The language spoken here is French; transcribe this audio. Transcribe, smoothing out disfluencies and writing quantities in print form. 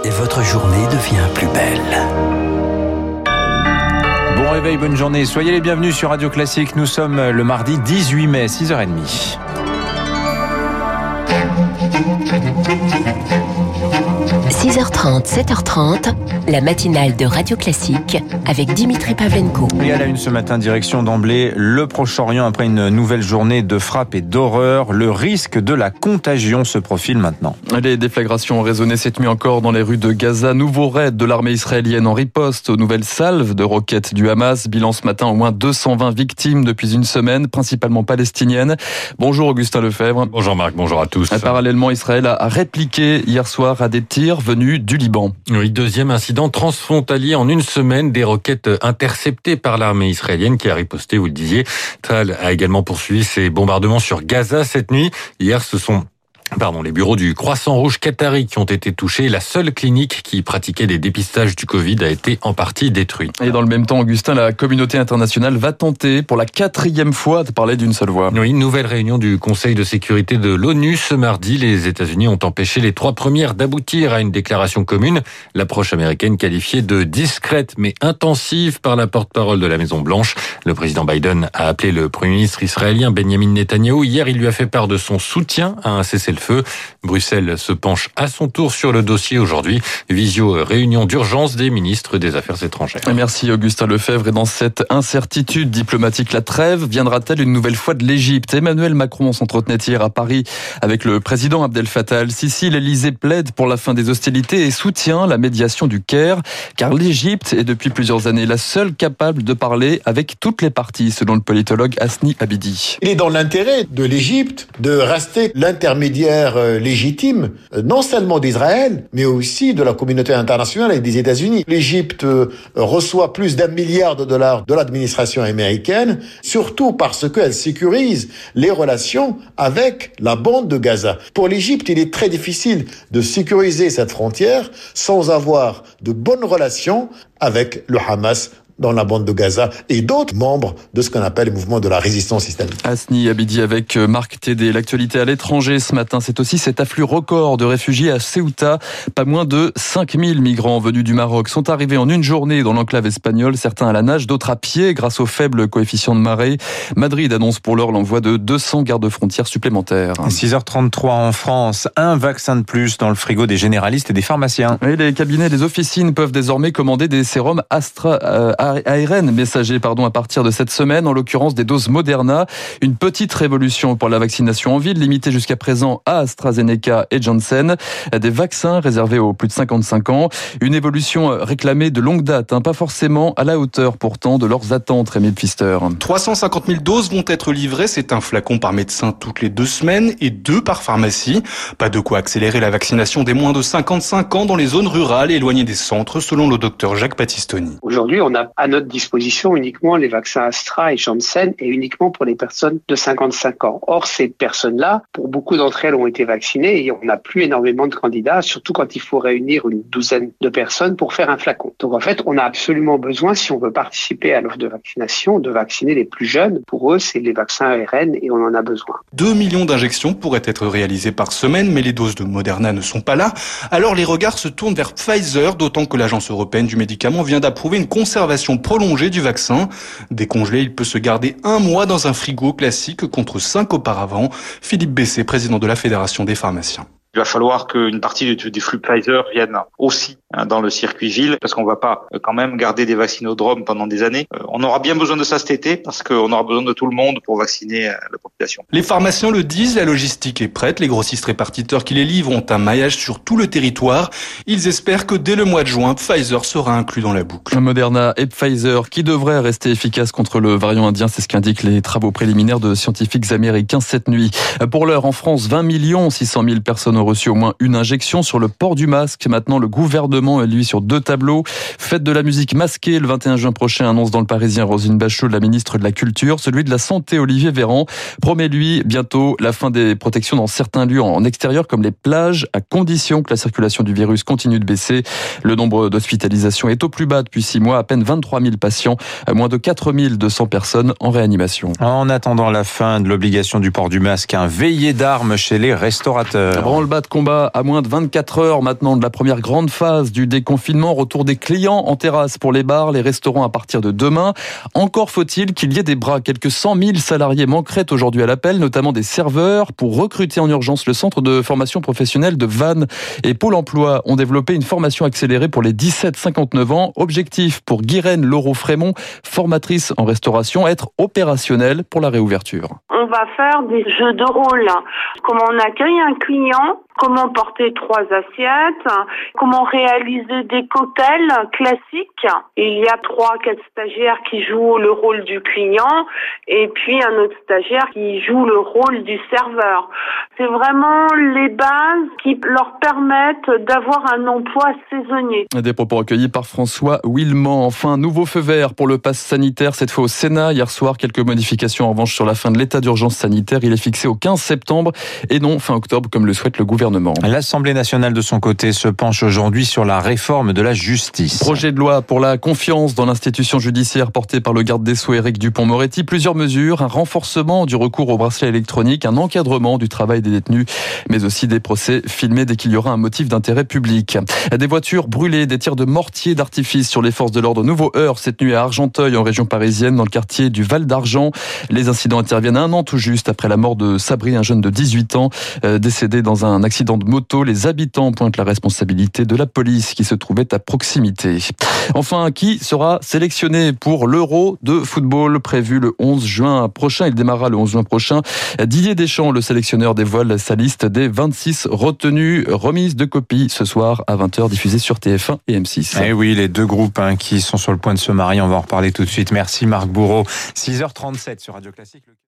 et votre journée devient plus belle. Bon réveil, bonne journée. Soyez les bienvenus sur Radio Classique. Nous sommes le mardi 18 mai, 6h30. « 6h30, 7h30, la matinale de Radio Classique avec Dimitri Pavlenko. » Et à la une ce matin, direction d'emblée, le Proche-Orient après une nouvelle journée de frappe et d'horreur. Le risque de la contagion se profile maintenant. Les déflagrations ont résonné cette nuit encore dans les rues de Gaza. Nouveau raid de l'armée israélienne en riposte aux nouvelles salves de roquettes du Hamas. Bilan ce matin, au moins 220 victimes depuis une semaine, principalement palestiniennes. Bonjour Augustin Lefebvre. Bonjour Marc, bonjour à tous. Parallèlement, Israël a répliqué hier soir à des tirs venus du Liban. Oui, deuxième incident transfrontalier en une semaine, des roquettes interceptées par l'armée israélienne qui a riposté, vous le disiez. Tsahal a également poursuivi ses bombardements sur Gaza cette nuit. Hier, ce sont les bureaux du Croissant Rouge qatari qui ont été touchés. La seule clinique qui pratiquait des dépistages du Covid a été en partie détruite. Et dans le même temps, Augustin, la communauté internationale va tenter pour la 4e fois de parler d'une seule voix. Oui, une nouvelle réunion du Conseil de sécurité de l'ONU ce mardi. Les États-Unis ont empêché les 3 premières d'aboutir à une déclaration commune. L'approche américaine qualifiée de discrète mais intensive par la porte-parole de la Maison-Blanche. Le président Biden a appelé le Premier ministre israélien Benjamin Netanyahou. Hier, il lui a fait part de son soutien à un cessez-le-feu. Bruxelles se penche à son tour sur le dossier aujourd'hui. Réunion d'urgence des ministres des Affaires étrangères. Merci Augustin Lefebvre. Et dans cette incertitude diplomatique, la trêve viendra-t-elle une nouvelle fois de l'Égypte ? Emmanuel Macron s'entretenait hier à Paris avec le président Abdel Fattah al-Sisi. L'Élysée plaide pour la fin des hostilités et soutient la médiation du Caire, car l'Égypte est depuis plusieurs années la seule capable de parler avec toutes les parties, selon le politologue Hasni Abidi. Il est dans l'intérêt de l'Égypte de rester l'intermédiaire légitime, non seulement d'Israël, mais aussi de la communauté internationale et des États-Unis. L'Égypte reçoit plus d'$1 milliard de l'administration américaine, surtout parce qu'elle sécurise les relations avec la bande de Gaza. Pour l'Égypte, il est très difficile de sécuriser cette frontière sans avoir de bonnes relations avec le Hamas dans la bande de Gaza et d'autres membres de ce qu'on appelle le mouvement de la résistance islamique. Hasni Abidi avec Marc Tédé. L'actualité à l'étranger ce matin, c'est aussi cet afflux record de réfugiés à Ceuta. Pas moins de 5000 migrants venus du Maroc sont arrivés en une journée dans l'enclave espagnole, certains à la nage, d'autres à pied grâce au faible coefficient de marée. Madrid annonce pour l'heure l'envoi de 200 gardes-frontières supplémentaires. 6h33 en France, un vaccin de plus dans le frigo des généralistes et des pharmaciens. Et les cabinets et les officines peuvent désormais commander des sérums ARN messager à partir de cette semaine, en l'occurrence des doses Moderna. Une petite révolution pour la vaccination en ville, limitée jusqu'à présent à AstraZeneca et Janssen. Des vaccins réservés aux plus de 55 ans. Une évolution réclamée de longue date, pas forcément à la hauteur pourtant de leurs attentes, Rémi Pfister. 350 000 doses vont être livrées, c'est un flacon par médecin toutes les 2 semaines et 2 par pharmacie. Pas de quoi accélérer la vaccination des moins de 55 ans dans les zones rurales et éloignées des centres, selon le docteur Jacques Battistoni. Aujourd'hui, on a à notre disposition uniquement les vaccins Astra et Janssen et uniquement pour les personnes de 55 ans. Or, ces personnes-là, pour beaucoup d'entre elles, ont été vaccinées et on n'a plus énormément de candidats, surtout quand il faut réunir une douzaine de personnes pour faire un flacon. Donc en fait, on a absolument besoin, si on veut participer à l'offre de vaccination, de vacciner les plus jeunes. Pour eux, c'est les vaccins ARN et on en a besoin. 2 millions d'injections pourraient être réalisées par semaine, mais les doses de Moderna ne sont pas là. Alors les regards se tournent vers Pfizer, d'autant que l'Agence européenne du médicament vient d'approuver une conservation prolongée du vaccin. Décongelé, il peut se garder 1 mois dans un frigo classique contre 5 auparavant. Philippe Bessé, président de la Fédération des pharmaciens. Il va falloir qu'une partie des flux Pfizer viennent aussi dans le circuit ville, parce qu'on va pas quand même garder des vaccinodromes pendant des années. On aura bien besoin de ça cet été, parce qu'on aura besoin de tout le monde pour vacciner la population. Les pharmaciens le disent, la logistique est prête. Les grossistes répartiteurs qui les livrent ont un maillage sur tout le territoire. Ils espèrent que dès le mois de juin, Pfizer sera inclus dans la boucle. Moderna et Pfizer qui devraient rester efficaces contre le variant indien, c'est ce qu'indiquent les travaux préliminaires de scientifiques américains cette nuit. Pour l'heure, en France, 20 600 000 personnes ont reçu au moins une injection. Sur le port du masque, maintenant le gouvernement est lui sur 2 tableaux. Fête de la musique masquée le 21 juin prochain, annonce dans le Parisien Roselyne Bachelot, la ministre de la Culture. Celui de la Santé, Olivier Véran, promet lui bientôt la fin des protections dans certains lieux en extérieur comme les plages, à condition que la circulation du virus continue de baisser. Le nombre d'hospitalisations est au plus bas depuis 6 mois, à peine 23 000 patients, moins de 4 200 personnes en réanimation. En attendant la fin de l'obligation du port du masque, un veillé d'armes chez les restaurateurs. ras-le-bas de combat à moins de 24 heures maintenant de la première grande phase du déconfinement. Retour des clients en terrasse pour les bars, les restaurants à partir de demain. Encore faut-il qu'il y ait des bras. Quelques 100 000 salariés manqueraient aujourd'hui à l'appel, notamment des serveurs. Pour recruter en urgence, le centre de formation professionnelle de Vannes et Pôle emploi ont développé une formation accélérée pour les 17-59 ans. Objectif pour Guirène Laureau-Frémont, formatrice en restauration, être opérationnelle pour la réouverture. On va faire des jeux de rôle. Comment on accueille un client, comment porter 3 assiettes, comment réaliser des cocktails classiques. Et il y a 3-4 stagiaires qui jouent le rôle du client et puis un autre stagiaire qui joue le rôle du serveur. C'est vraiment les bases qui leur permettent d'avoir un emploi saisonnier. Des propos recueillis par François Willemant. Enfin, nouveau feu vert pour le pass sanitaire, cette fois au Sénat. Hier soir, quelques modifications en revanche sur la fin de l'état d'urgence sanitaire. Il est fixé au 15 septembre et non fin octobre comme le souhaite le gouvernement. L'Assemblée nationale de son côté se penche aujourd'hui sur la réforme de la justice. Projet de loi pour la confiance dans l'institution judiciaire porté par le garde des Sceaux Éric Dupond-Moretti. Plusieurs mesures, un renforcement du recours au bracelet électronique, un encadrement du travail des détenus, mais aussi des procès filmés dès qu'il y aura un motif d'intérêt public. Des voitures brûlées, des tirs de mortier d'artifice sur les forces de l'ordre. Nouveau heurt cette nuit à Argenteuil, en région parisienne, dans le quartier du Val d'Argent. Les incidents interviennent 1 an tout juste après la mort de Sabri, un jeune de 18 ans, décédé dans un accident de moto. Les habitants pointent la responsabilité de la police qui se trouvait à proximité. Enfin, qui sera sélectionné pour l'Euro de football prévu le 11 juin prochain? Il démarrera le 11 juin prochain. Didier Deschamps, le sélectionneur, dévoile sa liste des 26 retenus. Remise de copies ce soir à 20h, diffusée sur TF1 et M6. Eh oui, les deux groupes qui sont sur le point de se marier, on va en reparler tout de suite. Merci Marc Bourreau. 6h37 sur Radio Classique.